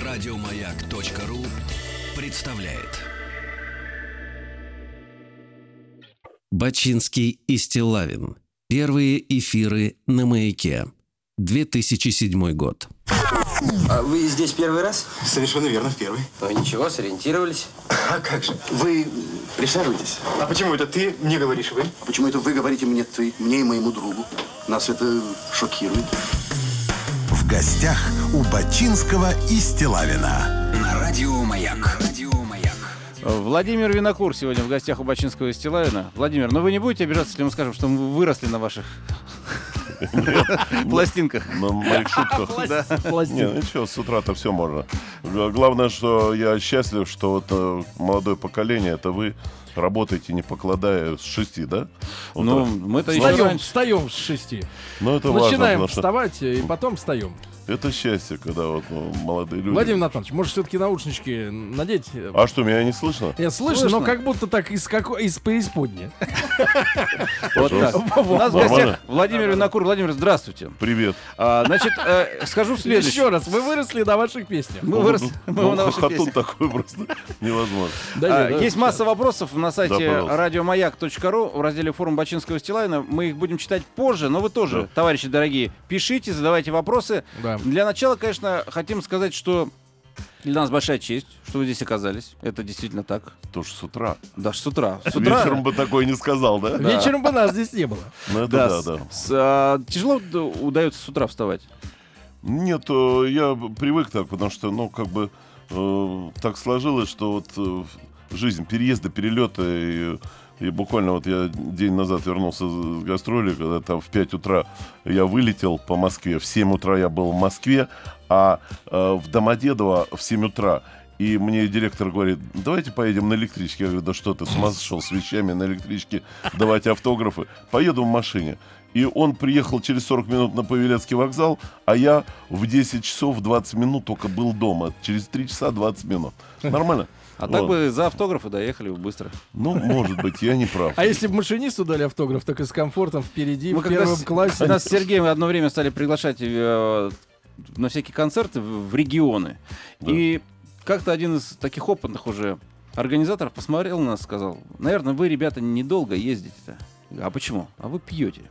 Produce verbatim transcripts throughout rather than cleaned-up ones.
Радиомаяк.ру представляет. Бачинский и Стиллавин. Первые эфиры на Маяке. две тысячи седьмой год. А вы здесь первый раз? Совершенно верно, в первый. Ну ничего, сориентировались. А как же? Вы присаживайтесь. А почему это ты мне говоришь вы? А почему это вы говорите мне ты, мне и моему другу? Нас это шокирует. В гостях у Бачинского и Стиллавина. На радио Маяк. Радио Маяк. Владимир Винокур сегодня в гостях у Бачинского и Стиллавина. Владимир, ну вы не будете обижаться, если мы скажем, что мы выросли на ваших пластинках? На моих шутках. Не, ничего, с утра-то все можно. Главное, что я счастлив, что вот молодое поколение, это вы работаете, не покладая, с шести, да? Ну, мы-то еще Встаем, раньше. встаем с шести. Ну, это важно. Начинаем потому что вставать и потом встаем. Это счастье, когда вот ну, молодые люди. Владимир Натанович, может, все-таки наушнички надеть? А что, меня не слышно? Я слышу, Слышно. но как будто так из какой из преисподней. Вот так. У нас в гостях Владимир Винокур. Владимир, здравствуйте. Привет. А, значит, э, скажу следующее. Еще раз, вы выросли на ваших песнях. Мы выросли мы Ну, на ваших хохотун песнях. такой просто невозможно. Да, А, да, да. Есть масса вопросов на Да, сайте пожалуйста. радиомаяк точка ру в разделе форум Бачинского и Стиллавина. Мы их будем читать позже, но вы тоже, Да. товарищи дорогие, пишите, задавайте вопросы. Да. Для начала, конечно, хотим сказать, что для нас большая честь, что вы здесь оказались. Это действительно так. Тоже с утра. Даже с утра. С утра. Вечером бы такое не сказал, да? Вечером бы нас здесь не было. Ну, это Да, да, с- да. с- а, тяжело д- удается с утра вставать. Нет, э, я привык так, потому что, ну, как бы э, так сложилось, что вот э, жизнь, переезды, перелеты, и, и буквально вот я день назад вернулся с гастроли, когда там в пять утра я вылетел по Москве, в семь утра я был в Москве, а э, в Домодедово в семь утра. И мне директор говорит, давайте поедем на электричке. Я говорю, да что ты, с ума сошел с вещами на электричке, давать автографы. Поеду в машине. И он приехал через сорок минут на Павелецкий вокзал, а я в десять часов двадцать минут только был дома. Через три часа двадцать минут. Нормально? А так Вот. бы за автографы доехали бы быстро. Ну, может быть, я не прав. А если бы машинисту дали автограф, так и с комфортом впереди, Мы в когда первом с- классе. Нас с Сергеем одно время стали приглашать э, на всякие концерты в, в регионы. Да. И как-то один из таких опытных уже организаторов посмотрел на нас и сказал, наверное, вы, ребята, недолго ездите-то. А почему? А вы пьете.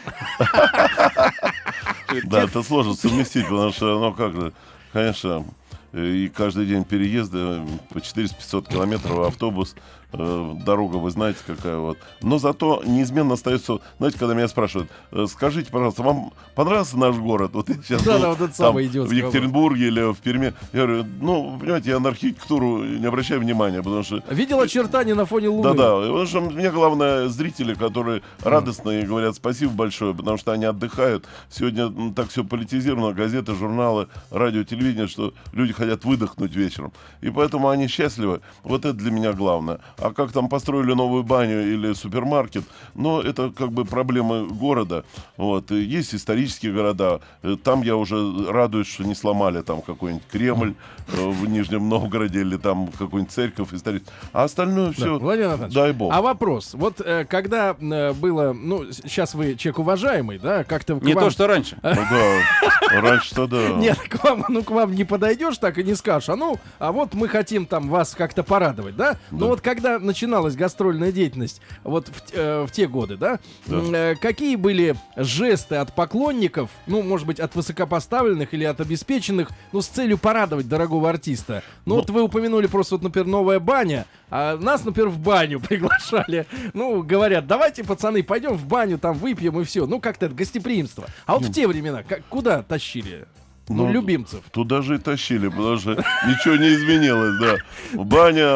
Да, это сложно совместить, потому что, ну как же, конечно, и каждый день переезды по четыреста-пятьсот километров автобус, э, дорога, вы знаете, какая вот. Но зато неизменно остается, знаете, когда меня спрашивают, э, скажите, пожалуйста, вам понравился наш город? Вот я сейчас Да, был да, вот это там, самый в идиотский Екатеринбурге или в Перми. Я говорю, ну, вы понимаете, я на архитектуру не обращаю внимания, потому что... Видел очертания на фоне луны? Да-да, потому что мне главное зрители, которые радостные, говорят спасибо большое, потому что они отдыхают. Сегодня м, так все политизировано, газеты, журналы, радио, телевидение, что люди хотят выдохнуть вечером. И поэтому они счастливы. Вот это для меня главное. А как там построили новую баню или супермаркет, но это как бы проблемы города. Вот. И есть исторические города. Э, Там я уже радуюсь, что не сломали там какой-нибудь Кремль э, в Нижнем Новгороде или там какую-нибудь церковь историческую. А остальное Да, все, Владимир Анатольевич, дай бог. а вопрос, вот э, когда э, было, ну, сейчас вы человек уважаемый, да, как-то к Не вам... то, что раньше. Ну да, раньше-то да. Нет, к вам, ну, к вам не подойдешь так и не скажешь, а ну, а вот мы хотим там вас как-то порадовать, да? Ну вот когда начиналась гастрольная деятельность, вот в, т- э, в те годы, да, Да. м, э, какие были жесты от поклонников, ну, может быть, от высокопоставленных или от обеспеченных, ну, с целью порадовать дорогого артиста? Ну, Ну. вот вы упомянули просто, вот, например, новая баня, а нас, например, в баню приглашали. Ну, говорят, давайте, пацаны, пойдем в баню, там выпьем и все. Ну, как-то это гостеприимство. А вот в те времена, как, куда тащили? Ну, Ну, любимцев. Туда же и тащили, потому что ничего не изменилось, да. Баня,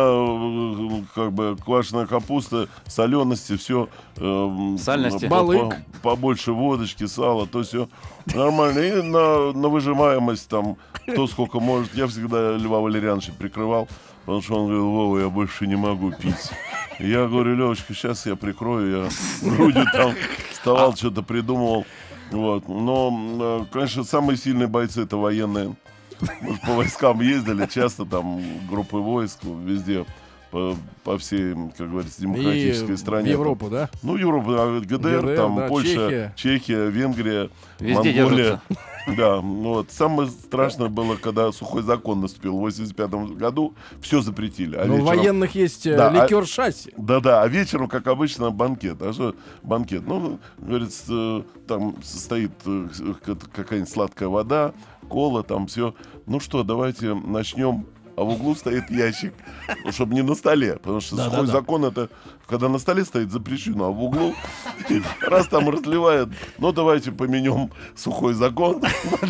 э, как бы квашеная капуста, солености, все. Сальности. Балык. Побольше водочки, сала, то все нормально. И на, на выжимаемость там, кто сколько может. Я всегда Льва Валерьяновича прикрывал, потому что он говорил, Вова, я больше не могу пить. Я говорю, Левочка, сейчас я прикрою, я грудью там вставал, что-то придумывал. Вот. Но, э, конечно, самые сильные бойцы — это военные. Мы по войскам ездили, часто там группы войск, везде, по, по всей, как говорится, демократической И стране. в Европу, да? Ну, Европа, а ГДР, ГДР, там да, Польша, Чехия. Чехия, Венгрия, Везде Монголия. держатся. Да, ну вот. Самое страшное было, когда сухой закон наступил в восемьдесят пятом году, все запретили. А Ну, у вечером- военных есть э, Да, а- ликер шасси. Да-да, а вечером, как обычно, банкет. А что банкет? Ну, говорит, с- э, там стоит э, к- какая-нибудь сладкая вода, кола, там все. Ну что, давайте начнем. А в углу стоит ящик, чтобы не на столе. Потому что сухой Да-да-да. закон — это когда на столе стоит запрещено, а в углу раз там разливает, ну давайте поменем сухой закон.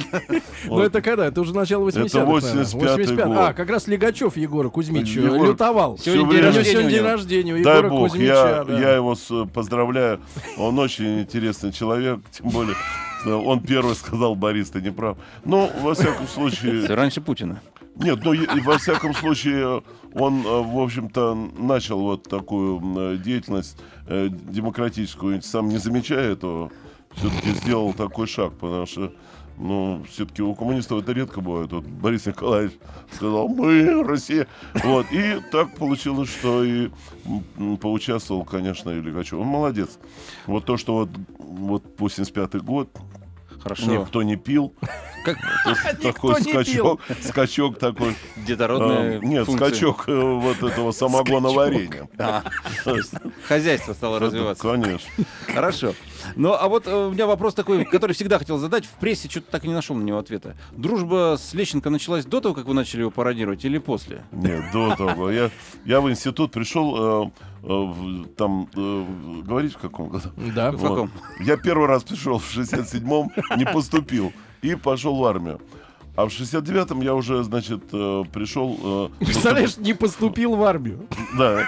Ну Вот. это когда? Это уже начало восьмидесятых. Это восемьдесят пятый наверное. год. А, как раз Лигачев Егор Кузьмич э, Егор лютовал. всё Сегодня время- день У него рождения сегодня у день него. рождения у Дай Егора бог, Кузьмича. я, да. я его с- поздравляю. Он очень интересный человек, тем более э, он первый сказал: Борис, ты не прав. Ну, во всяком случае... Всё раньше Путина. Нет, ну, и- и во всяком случае, он, э, в общем-то, начал вот такую э, деятельность э, демократическую, сам не замечая этого, все-таки сделал такой шаг, потому что, ну, все-таки у коммунистов это редко бывает. Вот Борис Николаевич сказал: мы, Россия. Вот, и так получилось, что и м, поучаствовал, конечно, и Лигачев. Он молодец. Вот то, что вот, вот восемьдесят пятый год, Хорошо. никто не пил. Как То есть такой не скачок, скачок такой. детородные Э, Нет, функции. скачок э, вот этого самогоноварения. А, то есть хозяйство стало развиваться. Конечно. Хорошо. Ну, а вот э, у меня вопрос такой, который всегда хотел задать. В прессе что-то так и не нашел на него ответа. Дружба с Лещенко началась до того, как вы начали его пародировать, или после? Нет, до того. Я, я в институт пришел, э, э, в- там, э, говорить в каком году? Да. В каком? Я первый раз пришел в шестьдесят седьмом, не поступил и пошел в армию. А в шестьдесят девятом я уже, значит, э, пришел... э, Представляешь, не поступил в армию. Да.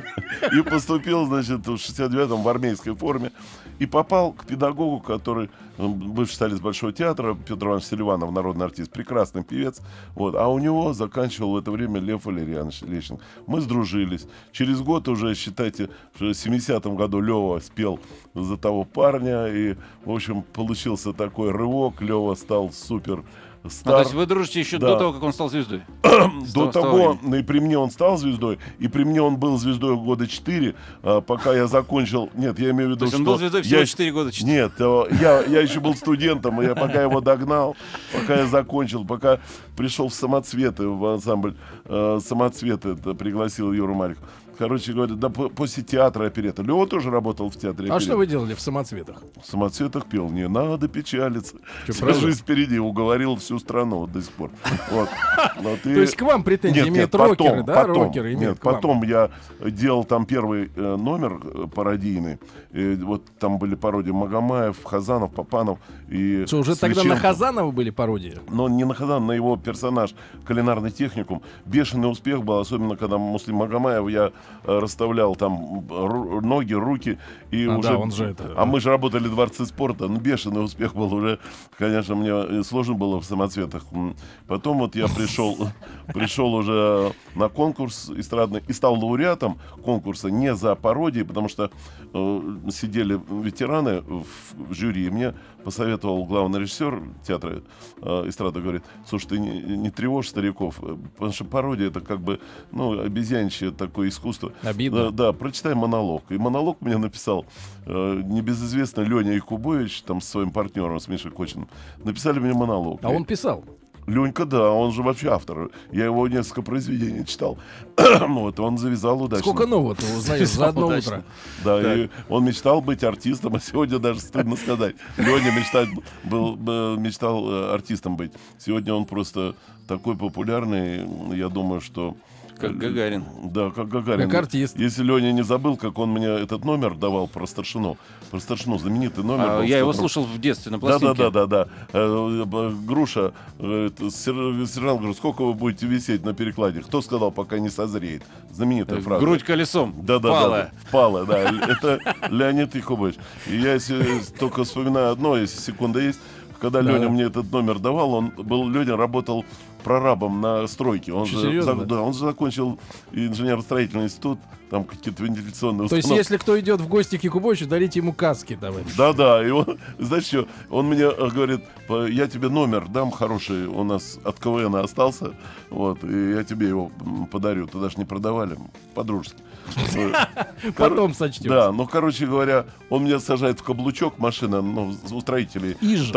И поступил, значит, в шестьдесят девятом в армейской форме. И попал к педагогу, который э, бывший солист Большого театра, Петр Иванович Селиванов, народный артист, прекрасный певец. Вот. А у него заканчивал в это время Лев Валерьянович Лещенко. Мы сдружились. Через год уже, считайте, в семидесятом году Лева спел «За того парня». И, в общем, получился такой рывок. Лева стал супер А, стар. то есть вы дружите еще Да. до того, как он стал звездой? До С того того, времени. и при мне он стал звездой, и при мне он был звездой года четыре, а, пока я закончил... Нет, я имею в виду, То есть он что... был звездой всего я- четыре года? четыре. Нет, э, я, я еще был студентом, и я пока его догнал, пока я закончил, пока пришел в самоцветы, в ансамбль э, самоцветы, это пригласил Юру Марикова. Короче говоря, да, по- после театра оперета. Лева тоже работал в театре А оперета. что вы делали в самоцветах? В самоцветах пел: не надо печалиться. Чё, Вся правда? жизнь впереди, уговорил всю страну вот до сих пор. Вот. Вот, и- То есть к вам претензии имеют рокеры, да? потом, Рокеры имеют нет, к вам. потом я делал там первый э, номер э, пародийный. И вот там были пародии Магомаев, Хазанов, Папанов и Что, уже тогда на Свеченко. Хазанова были пародии? Но не на Хазан, на его персонаж, кулинарный техникум. Бешеный успех был, особенно когда Муслим Магомаев я э, расставлял там ру- ноги, руки. И А, уже, да, он же это- а мы же работали в дворце спорта. Ну, бешеный успех был уже. Конечно, мне э, сложно было в самоцветах. М. Потом вот я пришел, пришел уже на конкурс эстрадный и стал лауреатом конкурса не за пародии, потому что э, сидели ветераны в, в жюри, и мне посоветовал главный режиссер театра э, эстрады, говорит: слушай, ты не, не тревожь стариков, э, потому что пародия — это как бы, ну, обезьянчье такое искусство. Обидно. Да, да, прочитай монолог. И монолог мне написал э, небезызвестный Леня Якубович там с своим партнером, с Мишей Кочиным. Написали мне монолог. А он писал. Ленька, да, он же вообще автор. Я его несколько произведений читал. Вот, он завязал удачно. Сколько нового ты узнаешь за одно Удачно. утро? Да, и он мечтал быть артистом, а сегодня даже стыдно сказать. Леня мечтать был, был- мечтал э, артистом быть. Сегодня он просто такой популярный, я думаю, что... Как Гагарин. Да, как Гагарин. Как артист. Если Леня не забыл, как он мне этот номер давал про старшину. Про старшину, знаменитый номер. А, был, я его с которым- слушал в детстве на Да, да, пластинке. да, да, да. Э, б- Груша, э, это сер- сержант говорит: сколько вы будете висеть на перекладе? Кто сказал, пока не созреет? Знаменитая фраза. Грудь колесом. Да, да, впалая. да, впала, да. Это Леонид Якубович. И я если только вспоминаю одно, если секунда есть. Когда Да, Леня да. мне этот номер давал, он был, Леня работал прорабом на стройке. Он Очень же, серьезно, за- да? да, он же закончил инженерно-строительный институт, там какие-то вентиляционные То есть, установки. если кто идет в гости к Якубовичу, дарите ему каски, товарищ. Да-да, и он, знаешь что, он мне э, говорит: «По- я тебе номер дам хороший, у нас от КВН остался, вот, и я тебе его м, подарю. Ты даже не продавали, по-дружески. Э, Потом сочтем. Да, ну, короче говоря, он меня сажает в каблучок, машина, ну, у строителей. Иж. Там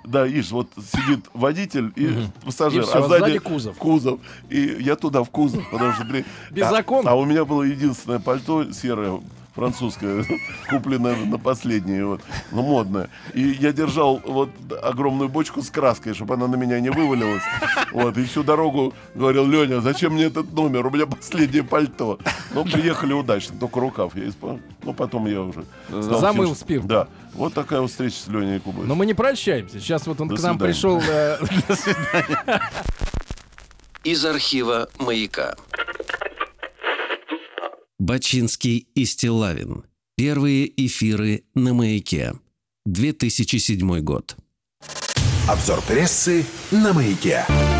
да, ишь, вот сидит водитель и пассажир, И всё, а сзади, сзади кузов. кузов. И я туда в кузов, потому что... блин, Без а- закона. А у меня было единственное пальто серое, французское, купленное на последнее, вот, ну, модное. И я держал вот огромную бочку с краской, чтобы она на меня не вывалилась. Вот, и всю дорогу говорил: Леня, зачем мне этот номер? У меня последнее пальто. Ну, приехали удачно, только рукав я исполнил. Ну, потом я уже... стал Замыл чуть- спирт. Да. Вот такая вот встреча с Леней Кубой. Но мы не прощаемся. Сейчас вот он До к нам свидания. пришел. э, Из архива «Маяка». Бачинский и Стилавин. Первые эфиры на «Маяке». две тысячи седьмой год. Обзор прессы на «Маяке».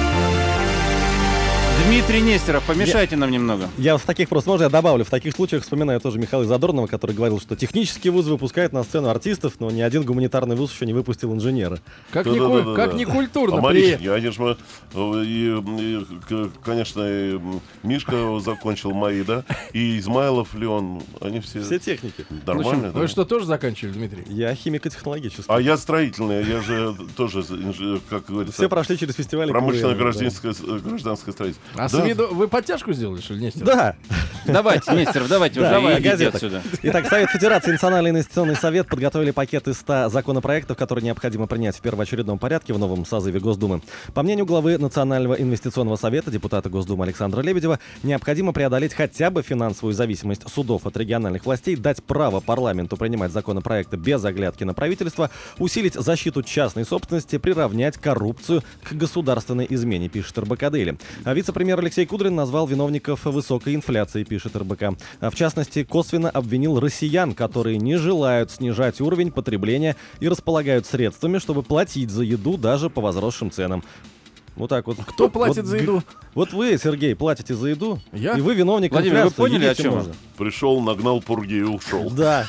Дмитрий Нестеров, помешайте нам немного. Я в таких просто, можно я добавлю, в таких случаях вспоминаю тоже Михаила Задорнова, который говорил, что технические вузы выпускают на сцену артистов, но ни один гуманитарный вуз еще не выпустил инженера. Как не куль- как не культурно А при- Маришки, конечно, э, и, и, к- конечно, и Мишка закончил МАИ, да, и Измайлов, Леон, они все, Все техники. нормально. Вы да. что, тоже заканчивали, Дмитрий? Я химико-технологический. А я строительный, я же тоже, инж- как говорится, Все прошли через фестиваль. промышленно-гражданское гражданское строительство. А с Да. виду вы подтяжку сделали, что ли, Нестер? Да. Давайте, Нестеров, давайте уже, Да, и о идите газетах. отсюда. Итак, Совет Федерации и Национальный инвестиционный совет подготовили пакет из ста законопроектов, которые необходимо принять в первоочередном порядке в новом созыве Госдумы. По мнению главы Национального инвестиционного совета, депутата Госдумы Александра Лебедева, необходимо преодолеть хотя бы финансовую зависимость судов от региональных властей, дать право парламенту принимать законопроекты без оглядки на правительство, усилить защиту частной собственности, приравнять коррупцию к государственной измене, пишет эр бэ ка Дейли. А вице-премьер Алексей Кудрин назвал виновников высокой инфляции, пишет эр бэ ка. А в частности, косвенно обвинил россиян, которые не желают снижать уровень потребления и располагают средствами, чтобы платить за еду даже по возросшим ценам. Вот так вот. Кто платит Вот за г- еду? Вот вы, Сергей, платите за еду, Я? и вы виновник Владимир, вы инфляции. поняли, о едите чем можно. Пришел, нагнал пурги и ушел. Да.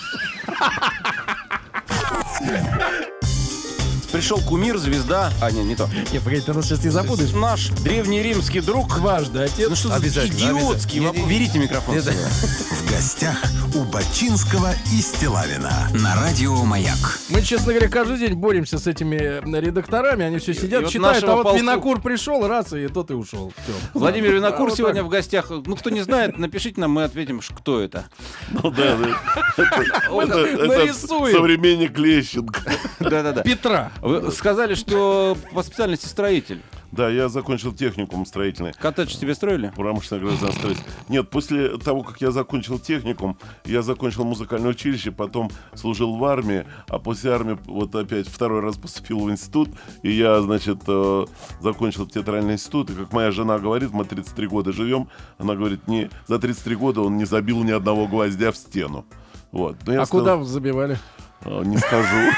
Пришел кумир, звезда. А, нет, не то. Не, погоди, ты нас сейчас не забудешь. Наш древний римский друг. Дважды отец. Ну что за идиотский вопрос? Берите микрофон. сюда. В гостях у Бачинского и Стилавина. На радио «Маяк». Мы, честно говоря, каждый день боремся с этими э, редакторами. Они все сидят, и вот читают, нашего а вот полку- Винокур пришел, раз, и тот и ушел. Всё. Владимир Винокур А вот сегодня так. в гостях. Ну, кто не знает, напишите нам, мы ответим, ш- кто это. Ну да, да. Это- это нарисуем. современник Лещенко. Да-да-да. Петра. Вы сказали, что по специальности строитель. Да, я закончил техникум строительный. Коттедж себе строили? Промышленное гражданство строительство. Нет, после того, как я закончил техникум, я закончил музыкальное училище, потом служил в армии, а после армии вот опять второй раз поступил в институт, и я, значит, э, закончил театральный институт, и как моя жена говорит, мы тридцать три года живем, она говорит, не, за тридцать три года он не забил ни одного гвоздя в стену. Вот. Но я А сказал, куда вы забивали? «А, не скажу,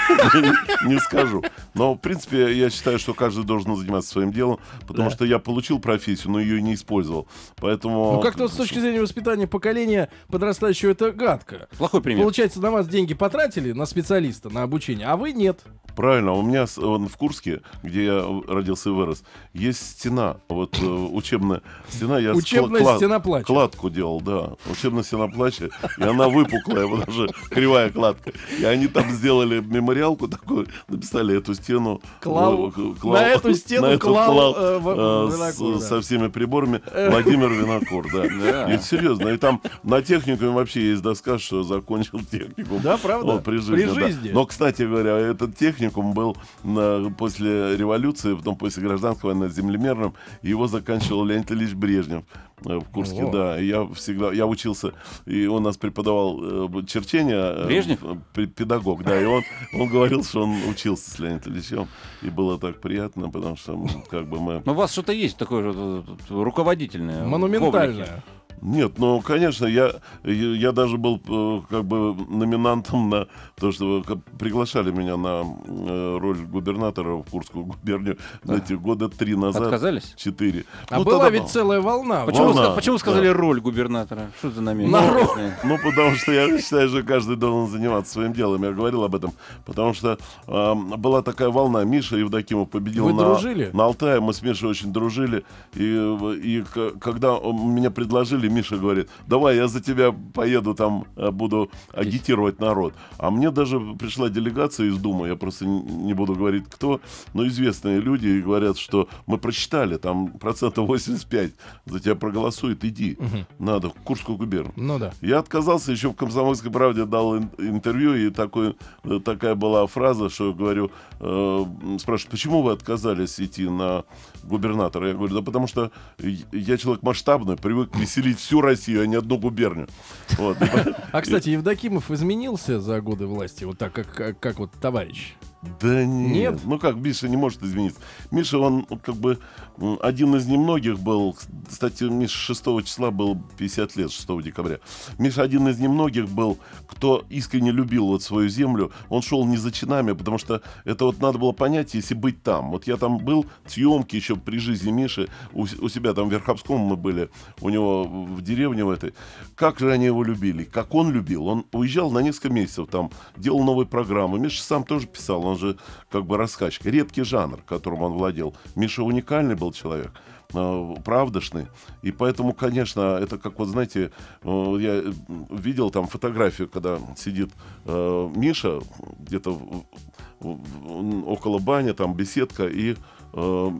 не скажу. Но, в принципе, я считаю, что каждый должен заниматься своим делом, потому что я получил профессию, но ее и не использовал. Поэтому... Ну, как-то вот с точки зрения воспитания поколения подрастающего это гадко. Плохой пример. Получается, на вас деньги потратили, на специалиста, на обучение, а вы нет. Правильно, у меня с- вон в Курске, где я родился и вырос, есть стена, вот э, учебная стена. Я с Учебная кла- стена плача. Кладку делал, да. Учебная стена плача, и она выпуклая, вот даже кривая кладка. И они там сделали мемориалку такую, написали эту стену. Клал- э, к- на эту стену на эту клал, клал, э, в- э, Винокур, с- да. со всеми приборами Владимир Винокур, да. Да. И серьезно, и там на техникуме вообще есть доска, что закончил техникум. Да, правда? Вот, при жизни, При да. жизни. Но, кстати говоря, этот техникум был на- после революции, потом после гражданской войны землемерным, и его заканчивал Леонид Ильич Брежнев э, в Курске, О. да. И я всегда, я учился, и он нас преподавал э, черчение. э, Брежнев? э, пе- педагог, да, и он, он говорил, что он учился с Леонидом Ильичем, и было так приятно, потому что м, как бы мы... Но у вас что-то есть такое же, э, э, руководительное. в облике. Монументальная. Нет, ну, конечно, я, я, я даже был э, как бы номинантом на то, что вы ка- приглашали меня на э, роль губернатора в Курскую губернию, знаете, года три назад. Отказались? Четыре. А Ну, была тогда ведь был. целая волна. Почему, Волна, ска- почему сказали да. роль губернатора? Что за намек? Народ. Ну, потому что я считаю, что каждый должен заниматься своим делом. Я говорил об этом. Потому что э, была такая волна. Миша Евдокимов победил Вы на, дружили? на Алтае. Мы с Мишей очень дружили. И, и к- когда он- меня предложили Миша говорит, давай я за тебя поеду там, э, буду агитировать народ. А мне даже пришла делегация из Думы, я просто не буду говорить кто, но известные люди и говорят, что мы прочитали, там процентов восемьдесят пять за тебя проголосует, иди, угу. надо в Курскую губернию. Ну да. Я отказался, еще в «Комсомольской правде» дал интервью, и такой, такая была фраза, что говорю, э, спрашивают, почему вы отказались идти на губернатора? Я говорю, да потому что я человек масштабный, привык веселить всю Россию, а не одну губернию. Вот. А, кстати, Евдокимов изменился за годы власти, вот так, как, как, как вот товарищ? Да нет. нет. Ну как, Миша не может измениться. Миша, он как бы один из немногих был, кстати, Миша шестого числа был пятьдесят лет, шестого декабря. Миша один из немногих был, кто искренне любил вот свою землю. Он шел не за чинами, потому что это вот надо было понять, если быть там. Вот я там был, съемки еще при жизни Миши, у, у себя там в Верховском мы были, у него в деревне в этой. Как же они его любили, как он любил. Он уезжал на несколько месяцев там, делал новые программы. Миша сам тоже писал, он же как бы рассказчик. Редкий жанр, которым он владел. Миша уникальный был человек, правдошный. И поэтому, конечно, это как вот, знаете, я видел там фотографию, когда сидит э, Миша где-то в, в, около бани, там беседка, и э,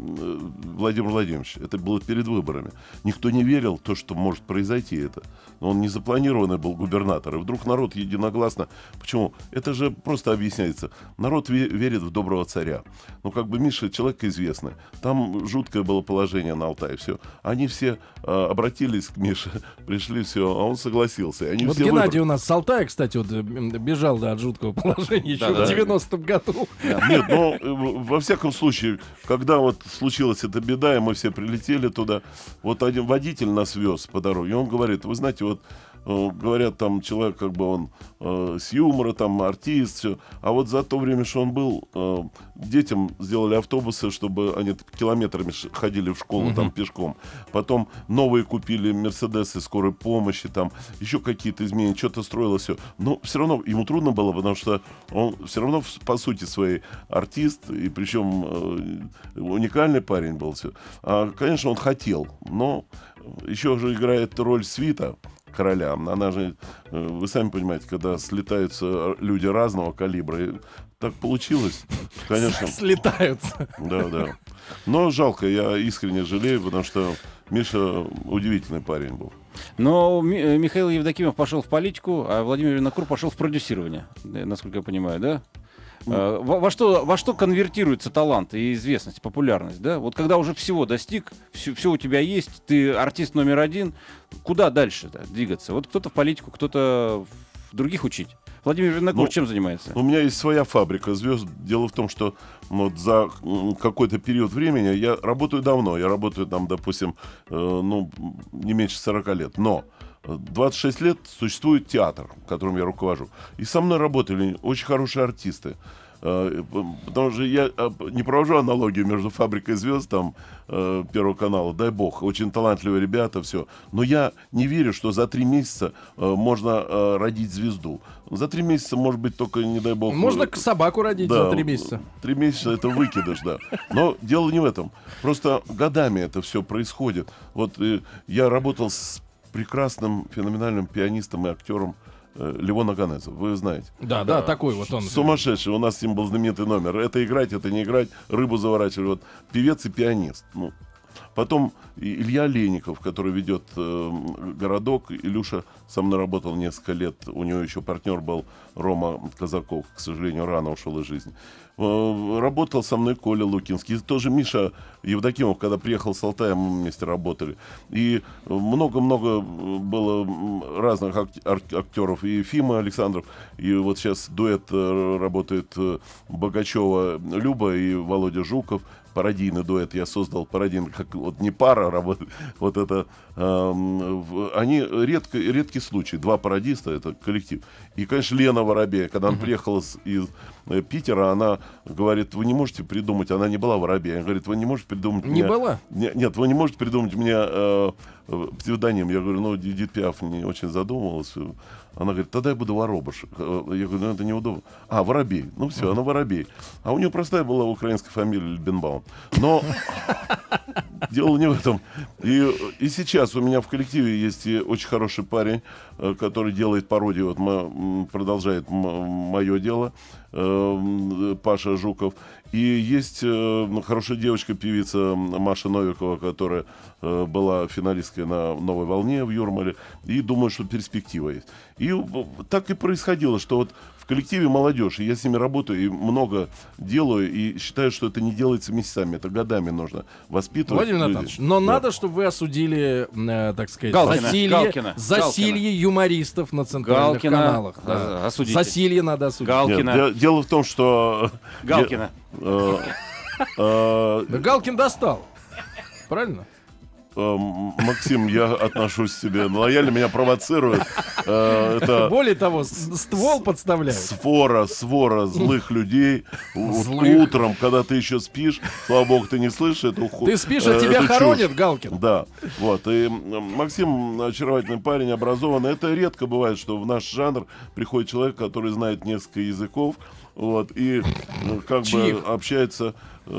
Владимир Владимирович. Это было перед выборами. Никто не верил в то, что может произойти это. Он не запланированный был губернатор. И вдруг народ единогласно... Почему? Это же просто объясняется. Народ ве- верит в доброго царя. Ну, как бы Миша человек известный. Там жуткое было положение на Алтае. Все. Они все э, обратились к Мише, пришли, все, а он согласился. Они вот все Геннадий выбор... у нас с Алтая, кстати, вот, бежал да, от жуткого положения еще да, в девяностом году. Нет, но во всяком случае, когда вот случилась эта беда, и мы все прилетели туда, вот один водитель нас вез по дороге, и он говорит, вы знаете, вот э, говорят, там человек как бы он э, с юмора, там артист, все, а вот за то время, что он был, э, детям сделали автобусы, чтобы они километрами ходили в школу uh-huh. там пешком, потом новые купили мерседесы скорой помощи, там еще какие-то изменения, что-то строилось, все, но все равно ему трудно было, потому что он все равно по сути своей артист, и причем э, уникальный парень был, все. А, конечно, он хотел, но еще же играет роль свита короля. Она же, вы сами понимаете, когда слетаются люди разного калибра, и так получилось, конечно. Слетаются. Да, да. Но жалко, я искренне жалею, потому что Миша удивительный парень был. Но Ми- Михаил Евдокимов пошел в политику, а Владимир Винокур пошел в продюсирование, насколько я понимаю, да? Во, во, что, во что конвертируется талант и известность, популярность, да? Вот когда уже всего достиг, все, все у тебя есть, ты артист номер один, куда дальше двигаться? Вот кто-то в политику, кто-то в других учить. Владимир Винокур ну, чем занимается? У меня есть своя фабрика звезд. Дело в том, что вот за какой-то период времени я работаю давно. Я работаю там, допустим, э, ну, не меньше сорока лет. Но двадцать шесть лет существует театр, которым я руковожу. И со мной работали очень хорошие артисты. Потому что я не провожу аналогию между «Фабрикой звезд» там, Первого канала, дай бог, очень талантливые ребята, все. Но я не верю, что за три месяца можно родить звезду. За три месяца, может быть, только, не дай бог... Можно собаку родить да, за три месяца. Три месяца — это выкидыш, да. Но дело не в этом. Просто годами это все происходит. Вот я работал с прекрасным, феноменальным пианистом и актером Левон Аганезов, вы знаете. Да, да, да, такой вот он. Сумасшедший, у нас с ним был знаменитый номер. Это играть, это не играть, рыбу заворачивали. Вот. Певец и пианист. Ну. Потом Илья Леников, который ведет э, «Городок». Илюша со мной работал несколько лет. У него еще партнер был Рома Казаков. К сожалению, рано ушел из жизни. Э, работал со мной Коля Лукинский. Тоже Миша Евдокимов, когда приехал с Алтая, мы вместе работали. И много-много было разных актеров. И Ефима Александров. И вот сейчас дуэт работает Богачева Люба и Володя Жуков. Пародийный дуэт я создал, пародийный, как вот не пара работает, вот это, э, они редко, редкий случай, два пародиста, это коллектив. И, конечно, Лена Воробей, когда она uh-huh. приехала из, из э, Питера, она говорит, вы не можете придумать, она не была Воробей, она говорит, вы не можете придумать не меня... была? Не, нет, вы не можете придумать мне э, псевдоним. Я говорю, ну, Эдит Пиаф не очень задумывалась. Она говорит, тогда я буду Воробыш. Я говорю, ну это неудобно. А, Воробей. Ну все, она Воробей. А у нее простая была украинская фамилия Льбенбаум. Но дело не в этом. И, и сейчас у меня в коллективе есть и очень хороший парень, э, который делает пародию, вот, м- продолжает м- мое дело, э, Паша Жуков. И есть э, хорошая девочка-певица Маша Новикова, которая э, была финалисткой на «Новой волне» в Юрмале. И думаю, что перспектива есть. И так и происходило, что вот в коллективе молодежь, и я с ними работаю, и много делаю, и считаю, что это не делается месяцами, это годами нужно воспитывать. Владимир людей. Натанович, но Да. надо, чтобы вы осудили, э, так сказать, Галкина, засилье, Галкина, засилье юмористов на центральных Галкина, каналах. Да. а, осудите. Засилье надо осудить. Галкина. Нет, де- дело в том, что... Галкина. Э, э, Да Галкин достал. Правильно? э, Максим, я отношусь к себе лояльно, меня провоцируют. Э, Это Более того, с- ствол подставляют. свора, свора злых людей. У- Злых. Утром, когда ты еще спишь, слава богу, ты не слышишь эту ху- Ты спишь, а э, тебя эту хоронят, чушь. Галкин. Да, вот. И м, Максим очаровательный парень, образованный. Это редко бывает, что в наш жанр приходит человек, который знает несколько языков, вот, и э, как Чьих? бы общается э,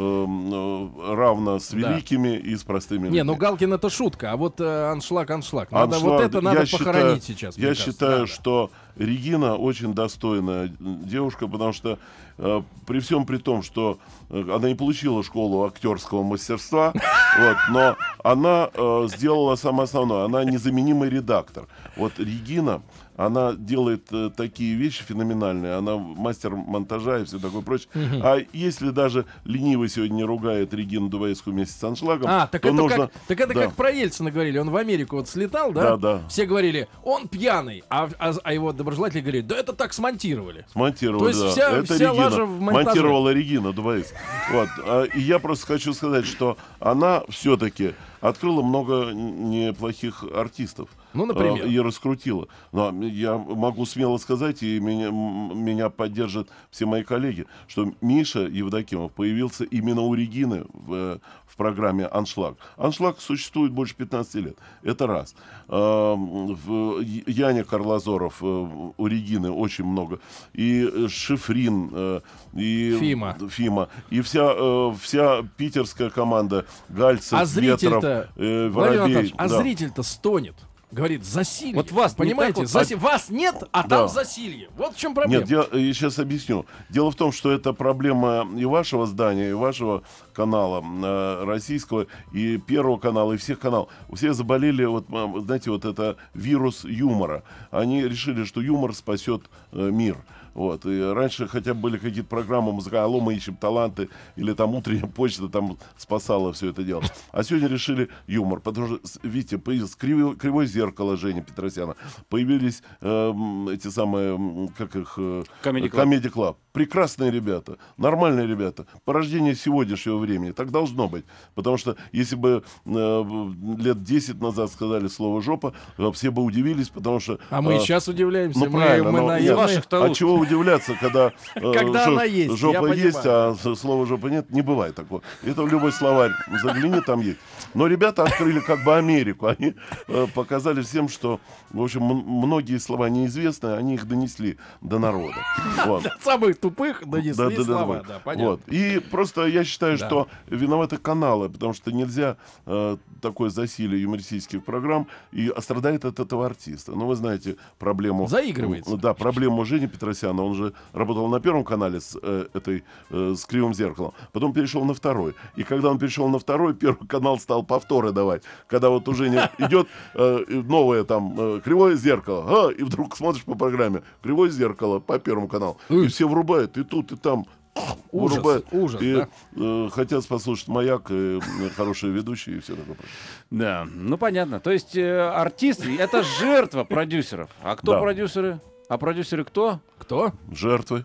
э, равно с Да. великими и с простыми Не, ну людьми. Галкин это шутка, а вот э, аншлаг, аншлаг. Надо, Аншлаг, вот это надо я считаю- похоронить сейчас. мне Я кажется. считаю, Надо. что Регина очень достойная девушка, потому что э, при всем при том, что э, она не получила школу актерского мастерства, вот, но она э, сделала самое основное. Она незаменимый редактор. Вот Регина, она делает э, такие вещи феноменальные. Она мастер монтажа и все такое прочее. А если даже ленивый сегодня не ругает Регину Дубовецкую вместе с аншлагом, А, так то это, нужно... как, так это Да. как про Ельцина говорили. Он в Америку вот слетал, да? Да, да. Все говорили, он пьяный. А, а, а его доброжелатели говорили, да это так смонтировали. Смонтировали, То есть да. вся- Это вся Регина. лажа в монтаже. Монтировала Регина Дубовец. Вот. А, И я просто хочу сказать, что она все-таки открыла много н- неплохих артистов. Ну, например? э, И раскрутила. Но я могу смело сказать, и меня, м- меня поддержат все мои коллеги, что Миша Евдокимов появился именно у Регины в, э, в программе «Аншлаг». «Аншлаг» существует больше пятнадцати лет. Это раз. Э, в- Е- Яня Карлазоров э, у Регины очень много. И э, Шифрин, э, и Фима. Фима. И вся, э, вся питерская команда Гальцев, А Ветров, зритель-то, э, Владимир Воробей. Анатольевич, а Да. зритель-то стонет. Говорит, засилье. Вот вас не понимаете, так вот- заси- вас нет, а Да. там засилье. Вот в чем проблема. Нет, я, я сейчас объясню. Дело в том, что это проблема и вашего здания, и вашего канала э, российского, и Первого канала, и всех каналов. Все заболели, вот, э, знаете, вот это вирус юмора. Они решили, что юмор спасет э, мир. Вот. И раньше хотя бы были какие-то программы музыкальные, алло, мы ищем таланты, или там утренняя почта там спасала все это дело. А сегодня решили юмор, потому что, с- видите, появилось кривое, кривое зеркало Жени Петросяна, появились э, м, эти самые, м, как их... э, Comedy Club. Comedy Club. Прекрасные ребята, нормальные ребята. Порождение сегодняшнего времени. Так должно быть. Потому что если бы э, лет десять назад сказали слово «жопа», э, все бы удивились, потому что... А мы и э, сейчас удивляемся. ну, мы, правильно, мы но наивны. нет, ваших-то а лучше. чего удивляться, когда, э, Когда жо- она есть, жопа я есть, понимаю. а с- слова жопа нет, не бывает такого. Это в любой словарь загляни, там есть. Но ребята открыли как бы Америку. Они э, показали всем, что, в общем, м- многие слова неизвестные, они их донесли до народа. Вот. Самых тупых донесли Да, да, да, слова. да. Да, понятно. Вот. И просто я считаю, Да. что виноваты каналы, потому что нельзя э, такое засилие юмористических программ, и страдает от этого артиста. Ну, вы знаете проблему... Заигрывается. Да, проблему Жени Петросяна. Он же работал на Первом канале с э, этой э, с «Кривым зеркалом», потом перешел на второй. И когда он перешел на второй, Первый канал стал повторы давать. Когда вот у Жени идет э, новое там э, «Кривое зеркало», а, и вдруг смотришь по программе «Кривое зеркало» по Первому каналу, и все врубают, и тут, и там. Ужас, вырубают. ужас, И да? э, хотят послушать «Маяк», и, э, хорошие ведущие и все такое. Да, ну понятно. То есть э, артист — это жертва продюсеров. А кто Да. продюсеры? А продюсеры кто? Кто? Жертвы.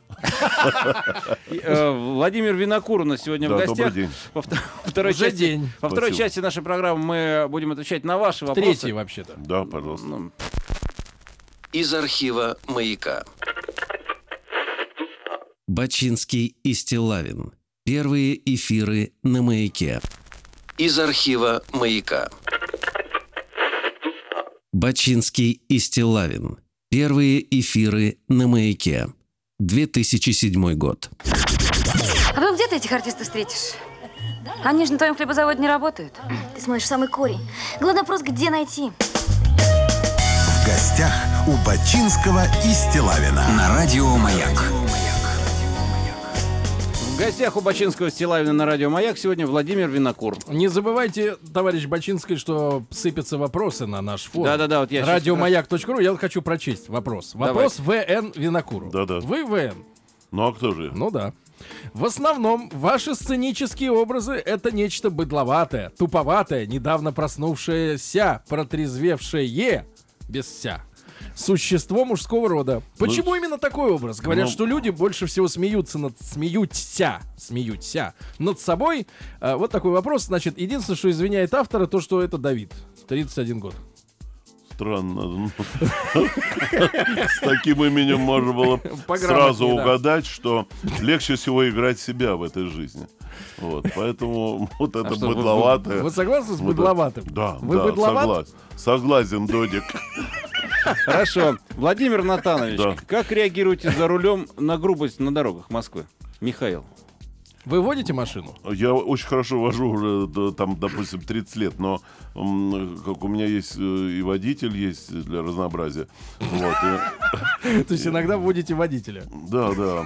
И, э, Владимир Винокур у нас сегодня Да, в добрый гостях. день. Во втор- второй Уже части, день. Во второй Спасибо. части нашей программы мы будем отвечать на ваши вопросы. Третий вообще-то. Да, пожалуйста. Ну, Из архива «Маяка». Бачинский и Стиллавин. Первые эфиры на «Маяке». Из архива «Маяка». Бачинский и Стиллавин. Первые эфиры на «Маяке». две тысячи седьмой год. А потом где ты этих артистов встретишь? Они же на твоем хлебозаводе не работают. Ты смотришь самый корень. Главный вопрос, где найти? В гостях у Бачинского и Стилавина. На радио «Маяк». В гостях у Бачинского Стилавина на радио «Маяк» сегодня Владимир Винокур. Не забывайте, товарищ Бачинский, что сыпятся вопросы на наш форум. Да-да-да, вот я сейчас- радиомаяк точка ру. Я вот хочу прочесть вопрос. Вопрос ВН Винокуру. Да-да. Вы ВН. Ну а кто же? Ну да. В основном ваши сценические образы — это нечто быдловатое, туповатое, недавно проснувшееся, протрезвевшее, без ся, существо мужского рода. Почему именно такой образ? Говорят, ну- что люди больше всего смеются над... Смеются, смеются над собой. А, вот такой вопрос. Значит, единственное, что извиняет автора, то, что это Давид. тридцать один год. Странно. С таким именем можно было Пограмотнее, сразу да. угадать, что легче всего играть себя в этой жизни. Вот, поэтому вот это что, вы- быдловатое. вы- вы согласны с Вот это- быдловатым? Да, Вы да, быдловат? согласен. Согласен, Додик. Хорошо. Владимир Натанович, Да. как реагируете за рулем на грубость на дорогах Москвы? Михаил. Вы водите машину? Я очень хорошо вожу уже, да, там, допустим, тридцать лет, но м, как у меня есть э, и водитель есть для разнообразия. Вот, и- То есть иногда водите водителя? Да, да.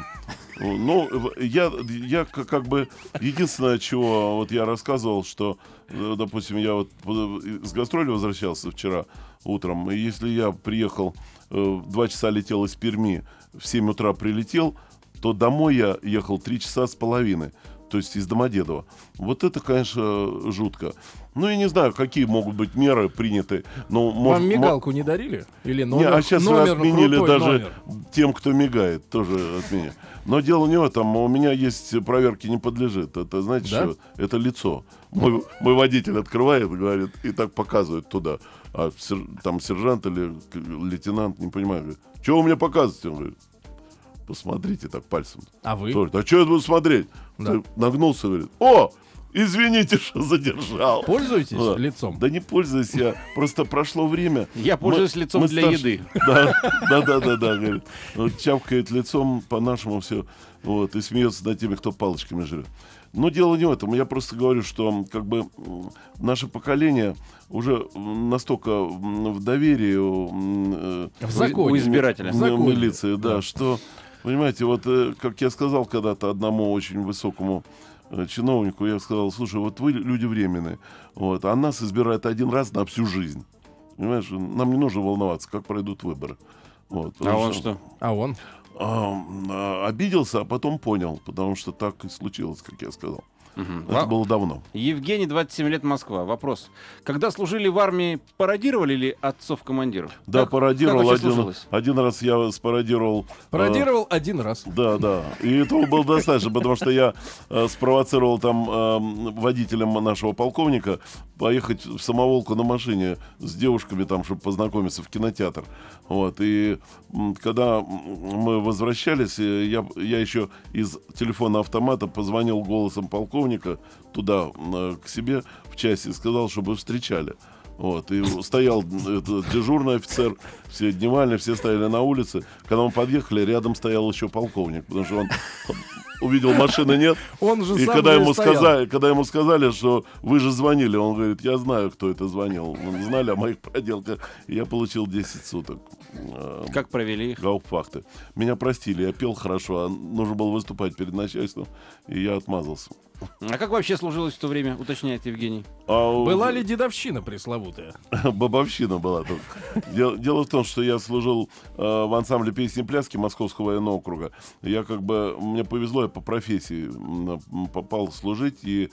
Ну, в- я, я к- как бы единственное, чего вот я рассказывал, что, э, допустим, я вот э, с гастроли возвращался вчера утром, и если я приехал, э, два часа летел из Перми, в семь утра прилетел, то домой я ехал три часа с половиной, то есть из Домодедово. Вот это, конечно, жутко. Ну, я не знаю, какие могут быть меры приняты. Но, Вам может, мигалку не дарили? Или номер? не, а сейчас номер, отменили крутой даже номер? тем, кто мигает, тоже отменили. Но дело не в этом. У меня есть проверки не подлежит. Это, знаете, Да? что? Это лицо. Мой, мой водитель открывает, говорит, и так показывает туда. А сер- там сержант или к- лейтенант, не понимаю, говорит, что вы мне показываете? Он говорит, посмотрите так пальцем. А вы? Говорит, а что я буду смотреть? Да. Ты нагнулся, говорит, о, извините, что задержал. Пользуетесь Да. лицом? Да не пользуюсь я, просто прошло время. Я пользуюсь Мы- лицом мы для старш- еды. Да, да, да, да, да, говорит. Вот чавкает лицом по-нашему все, вот, и смеется над теми, кто палочками жрет. Но дело не в этом. Я просто говорю, что как бы м, наше поколение уже м, настолько м, в доверии у, м, э, В законе. У избирателя. В м- законе. милиции, да, Да. что, понимаете, вот, э, как я сказал когда-то одному очень высокому э, чиновнику, я сказал, слушай, вот вы люди временные, вот, а нас избирают один раз на всю жизнь. Понимаешь, нам не нужно волноваться, как пройдут выборы. Вот, А потому он что? А он? а, а, обиделся, а потом понял, потому что так и случилось, как я сказал. Мгм. Это Ва- было давно. Евгений, двадцать семь лет, Москва. Вопрос. Когда служили в армии, пародировали ли отцов-командиров? Да, Как- пародировал как вообще один, служилось? один раз я спародировал. э, Пародировал один раз. Да, да. И этого было достаточно, потому что я э, спровоцировал там э, водителем нашего полковника поехать в самоволку на машине с девушками там, чтобы познакомиться в кинотеатр. Вот. И м, когда м, мы возвращались, э, я, я еще из телефона автомата позвонил голосом полковника туда, э, к себе в часть, и сказал, чтобы встречали. Вот, и стоял этот дежурный офицер, все дневальные, все стояли на улице. Когда мы подъехали, рядом стоял еще полковник, потому что он увидел, машины нет. Он же И сам когда же ему, стоял. сказали, когда ему сказали, что вы же звонили, он говорит, я знаю, кто это звонил. Мы знали о моих проделках. И я получил десять суток. э, Как провели их? Гауптвахты. Меня простили, я пел хорошо, а нужно было выступать перед начальством, и я отмазался. А как вообще служилось в то время, уточняет Евгений? А у- Была ли дедовщина пресловутая? Бабовщина была тут. Дело, дело в том, что я служил э, в ансамбле песни и пляски Московского военного округа. Я как бы, мне повезло, я по профессии м, попал служить, и,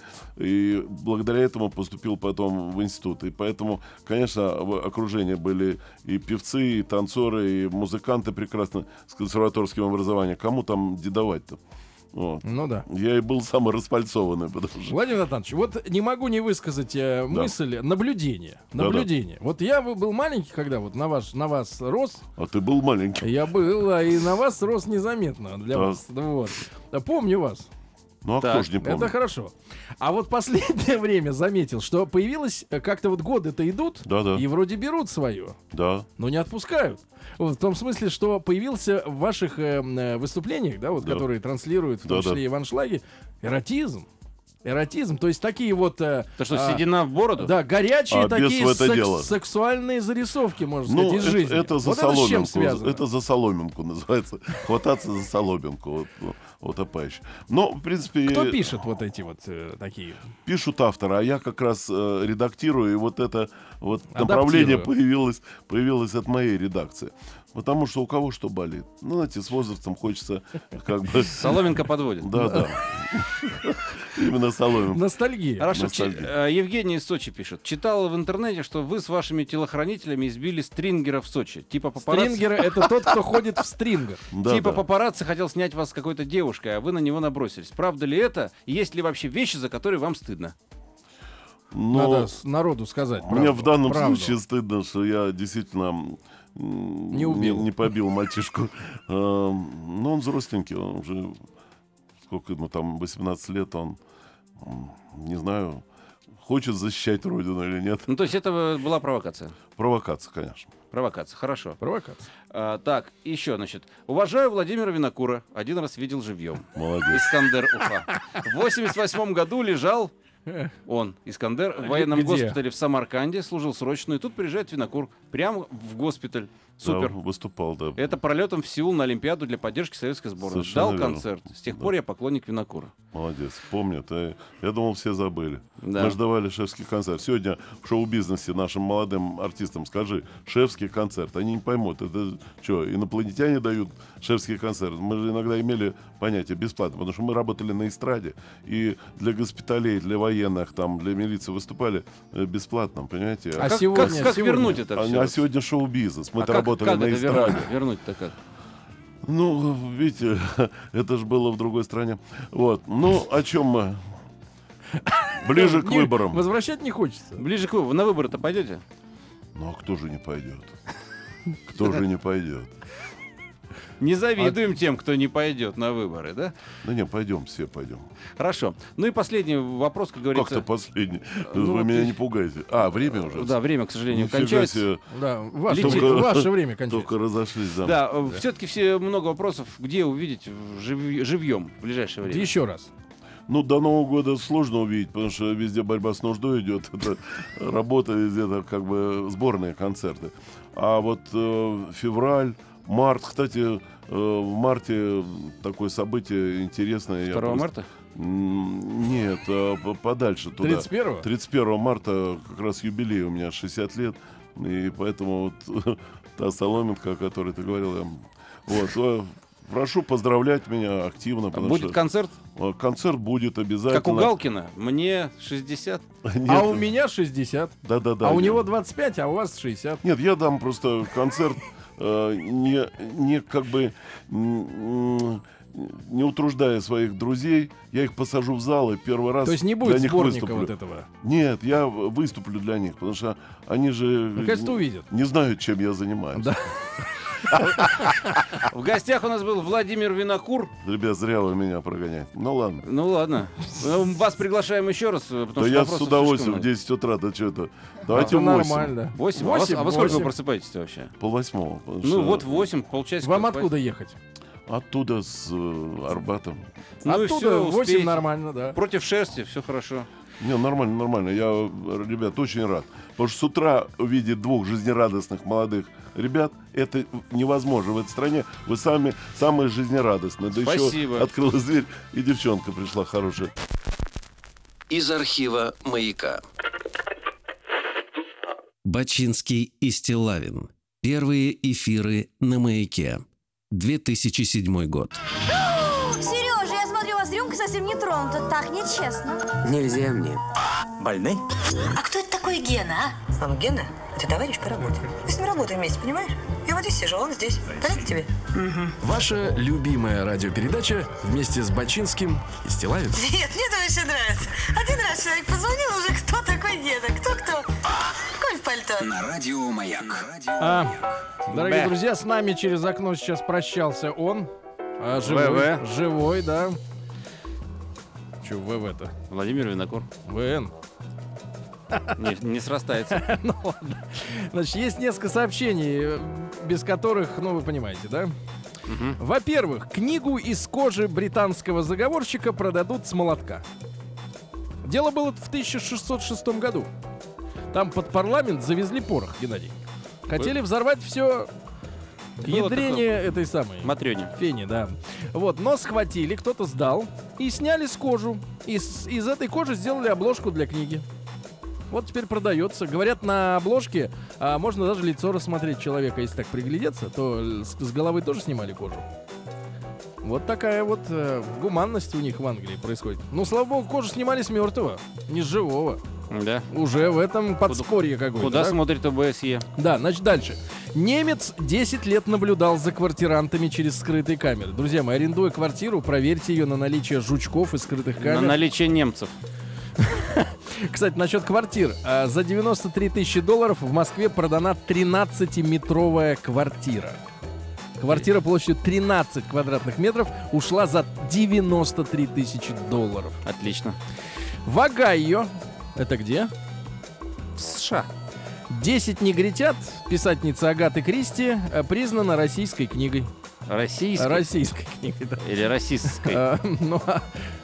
и благодаря этому поступил потом в институт. И поэтому, конечно, в окружении были и певцы, и танцоры, и музыканты прекрасно с консерваторским образованием. Кому там дедовать-то? Вот. Ну да. Я и был самый распальцованный, потому что... Владимир Натанович, вот не могу не высказать э, Да. мысль, наблюдение. Да-да. Наблюдение. Вот я вы- был маленький, когда вот на, ваш, на вас рос. А ты был маленький. Я был, а и на вас рос незаметно для Так. вас. Вот. Да, помню вас. Ну а Так, кто же не помнит? Это хорошо. А вот последнее время заметил, что появилось, э, как-то вот годы-то идут, Да-да. и вроде берут свое, Да. но не отпускают. Вот, в том смысле, что появился в ваших э, м, э, выступлениях, да, вот, Да. которые транслируют, в том Да-да. числе и в аншлаге, эротизм. Эротизм, то есть такие вот... То что, а, седина в бороду? Да, горячие А, такие без в это секс- дело. сексуальные зарисовки, можно Ну, сказать, из это, жизни. это за вот это с чем соломинку. связано? Это за соломинку называется. Хвататься за соломинку. Вот, вот, вот опаще. Но, в принципе... Кто пишет вот эти вот э, такие? Пишут авторы, а я как раз э, редактирую, и вот это вот Адаптирую. направление появилось, появилось от моей редакции. Потому что у кого что болит. Ну, знаете, с возрастом хочется как бы... Соломинка подводит. Да, да. Именно соломинка. Ностальгия. Хорошо, Ностальгия. Чи- э, Евгений из Сочи пишет. Читал в интернете, что вы с вашими телохранителями избили стрингера в Сочи. Типа папарацци... Стрингер — это тот, кто ходит в стрингах. Да, типа да. папарацци хотел снять вас с какой-то девушкой, а вы на него набросились. Правда ли это? И есть ли вообще вещи, за которые вам стыдно? Но Надо с- народу сказать мне правду, в данном правду. случае стыдно, что я действительно м, Не убил. не, не побил мальчишку. Но он взросленький, он уже сколько ему там, восемнадцать лет, он, м, не знаю, хочет защищать родину или нет. Ну, то есть это была провокация? Провокация, конечно. Провокация, хорошо. Провокация. А, так, еще, значит. Уважаю Владимира Винокура. Один раз видел живьем. Молодец. Искандер, Уфа. В восемьдесят восьмом году лежал он, Искандер, в военном Где? госпитале в Самарканде, служил срочную. И тут приезжает Винокур прямо в госпиталь. Супер. Да, выступал, да. Это пролетом в Сеул на Олимпиаду для поддержки советской сборной. Совершенно Дал верно. концерт. С тех Да. пор я поклонник Винокура. Молодец, помнят. э, Я думал, все забыли. Да. Мы же давали шефский концерт. Сегодня в шоу-бизнесе нашим молодым артистам скажи, шефский концерт. Они не поймут, это что, инопланетяне дают шефский концерт. Мы же иногда имели понятие бесплатно, потому что мы работали на эстраде. И для госпиталей, для военных, там, для милиции выступали э, бесплатно, понимаете? А как, сегодня- как, как сегодня? вернуть это А, все? а сегодня шоу-бизнес. Мы А как, работали как на это эстраде. вернуть? Вернуть-то как? Ну, видите, это же было в другой стране. Вот. Ну, о чем мы? Ближе к Не- выборам. Возвращать не хочется. Ближе к выбору. На выборы-то пойдете? Ну, а кто же не пойдет? Кто же не пойдет? Не завидуем тем, кто не пойдет на выборы, да? Да не, пойдем, все пойдем. Хорошо. Ну и последний вопрос, как говорится. Как-то последний. Ну, Вы вот меня и- не пугайте. А, время уже? Да, время, к сожалению, Нифига кончается. себе. Да, ваше, Летит. время, ваше время кончается. Только разошлись, да. Да, э, все-таки все много вопросов, где увидеть в жив- живьем в ближайшее время. Еще раз. Ну, до Нового года сложно увидеть, потому что везде борьба с нуждой идет. Это работа везде, это как бы сборные концерты. А вот э, февраль, март, кстати, э, в марте такое событие интересное. Я второго просто- марта? М, Нет, а, по- подальше туда. тридцать первого? тридцать первого марта как раз юбилей у меня шестьдесят лет. И поэтому вот та соломинка, о которой ты говорил, я- вот, э, прошу поздравлять меня активно. потому Будет что, концерт, э, концерт будет обязательно. как у Галкина. Мне шестьдесят. Нет, А у меня шестьдесят. да-да-да, а у я- него двадцать пять, а у вас шестьдесят. Нет, я дам просто концерт э, не, не как бы м, не утруждая своих друзей, я их посажу в зал и первый раз То есть не для будет них сборника выступлю. вот этого. Нет, я в- выступлю для них, потому что они же Наконец-то увидят. не знают, чем я занимаюсь. Да. В гостях у нас был Владимир Винокур. Ребят, зря вы меня прогоняете. Ну ладно. Ну ладно. Ну, Вас приглашаем еще раз, э, потому Да что я вопросов с удовольствием в слишком десять утра, да что это. Давайте Это в восемь. нормально. много. Восемь? А во- Восемь, а во сколько вы восемь. просыпаетесь вообще? Пол восьмого. потому Ну что вот в восемь, полчасика. Вам спать. откуда ехать? Оттуда с э, Арбата. Ну и Оттуда все, в восемь успеете. нормально, да. Против шерсти, все хорошо. Не, нормально, нормально. Я, э, ребят, очень рад. Потому что с утра увидеть двух жизнерадостных молодых ребят, это невозможно в этой стране. Вы сами самые жизнерадостные. Да Спасибо. еще открылась дверь, и девчонка пришла хорошая. Из архива «Маяка». Бачинский и Стиллавин. Первые эфиры на «Маяке». две тысячи седьмой год. Сережа, я смотрю, у вас рюмка совсем не тронута. Так нечестно. Нельзя мне. Больной? А кто это такой Гена, а? А ну, Гена, это товарищ по работе. Мы с ним работаем вместе, понимаешь? Я вот здесь сижу, а он здесь. Понятно тебе? Ваша любимая радиопередача вместе с Бачинским и Стиллавин. Нет, мне это очень нравится. Один раз человек позвонил, уже кто такой Гена? Кто-кто? Коль в пальто. На радио «Маяк». А, дорогие Бэ. друзья, с нами через окно сейчас прощался он. А, живой, ВВ. живой, да. Че, ВВ-то? Владимир Винокур. ВН. Не, не срастается. Ну ладно. Значит, есть несколько сообщений, без которых, ну, вы понимаете, да? Во-первых, книгу из кожи британского заговорщика продадут с молотка. Дело было в тысяча шестьсот шестом году. Там под парламент завезли порох, Геннадий. Хотели взорвать все к ядрене этой самой Матрёне. фени, да. Вот, но схватили, кто-то сдал и сняли с кожу. И с- из этой кожи сделали обложку для книги. Вот теперь продается. Говорят, на обложке а, можно даже лицо рассмотреть человека, если так приглядеться, то л- с, с головы тоже снимали кожу. Вот такая вот э, гуманность у них в Англии происходит. Ну, слава богу, кожу снимали с мертвого, не с живого. Да. Уже в этом подспорье какое-то. Куда да? смотрит ОБСЕ? Да, значит, дальше. Немец десять лет наблюдал за квартирантами через скрытые камеры. Друзья мои, арендуя квартиру, проверьте ее на наличие жучков и скрытых камер. На наличие немцев. Кстати, насчет квартир. А, За девяносто три тысячи долларов в Москве продана тринадцатиметровая квартира. Квартира площадью тринадцать квадратных метров ушла за девяносто три тысячи долларов. Отлично. В Огайо, это где? В США. «Десять негритят» писательница Агаты Кристи э, признана российской книгой. Российской? Российской книгой, да. Или российской? А, ну, а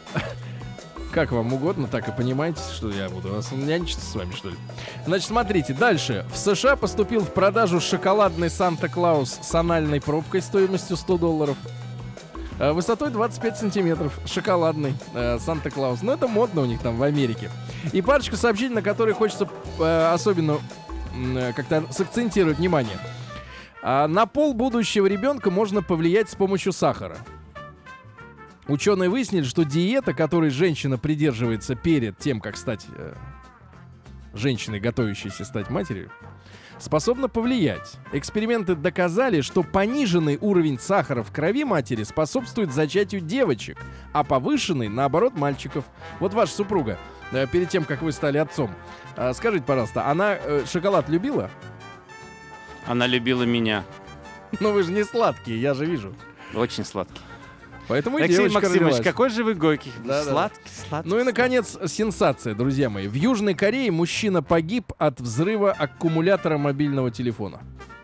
как вам угодно, так и понимаете, что я буду вас нянчиться с вами, что ли. Значит, смотрите, дальше. В США поступил в продажу шоколадный Санта-Клаус с анальной пробкой стоимостью сто долларов. А, Высотой двадцать пять сантиметров. Шоколадный э, Санта-Клаус. Ну, это модно у них там в Америке. И парочка сообщений, на которые хочется э, особенно э, как-то сакцентировать внимание. А, на пол будущего ребенка можно повлиять с помощью сахара. Ученые выяснили, что диета, которой женщина придерживается перед тем, как стать э, женщиной, готовящейся стать матерью, способна повлиять. Эксперименты доказали, что пониженный уровень сахара в крови матери способствует зачатию девочек, а повышенный, наоборот, мальчиков. Вот ваша супруга, э, перед тем, как вы стали отцом, э, скажите, пожалуйста, она э, шоколад любила? Она любила меня. Ну вы же не сладкие, я же вижу. Очень сладкий. Поэтому и Алексей девочка Максимович, родилась. какой же вы горький. Да, да. Сладкий, сладкий. Ну и, наконец, сенсация, друзья мои. В Южной Корее мужчина погиб от взрыва аккумулятора мобильного телефона.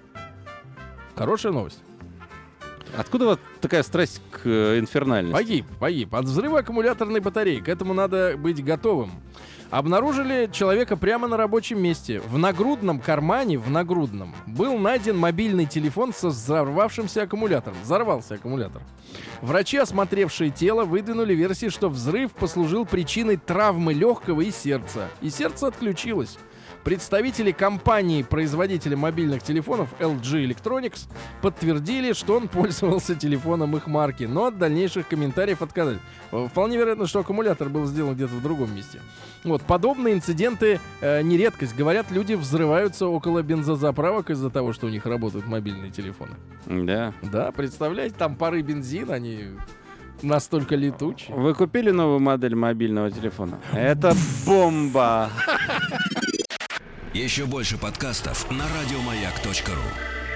Хорошая новость. Откуда вот такая страсть к э, инфернальности? Погиб, погиб. От взрыва аккумуляторной батареи. К этому надо быть готовым. Обнаружили человека прямо на рабочем месте. В нагрудном кармане, в нагрудном, был найден мобильный телефон со взорвавшимся аккумулятором. Взорвался аккумулятор. Врачи, осмотревшие тело, выдвинули версии, что взрыв послужил причиной травмы легкого и сердца. И сердце отключилось. Представители компании-производителя мобильных телефонов эл джи Electronics подтвердили, что он пользовался телефоном их марки, но от дальнейших комментариев отказались. Вполне вероятно, что аккумулятор был сделан где-то в другом месте. Вот, подобные инциденты э, не редкость. Говорят, люди взрываются около бензозаправок из-за того, что у них работают мобильные телефоны. Да. Да, представляете, там пары бензина, они настолько летучие. Вы купили новую модель мобильного телефона? Это бомба! Еще больше подкастов на радиомаяк точка ру.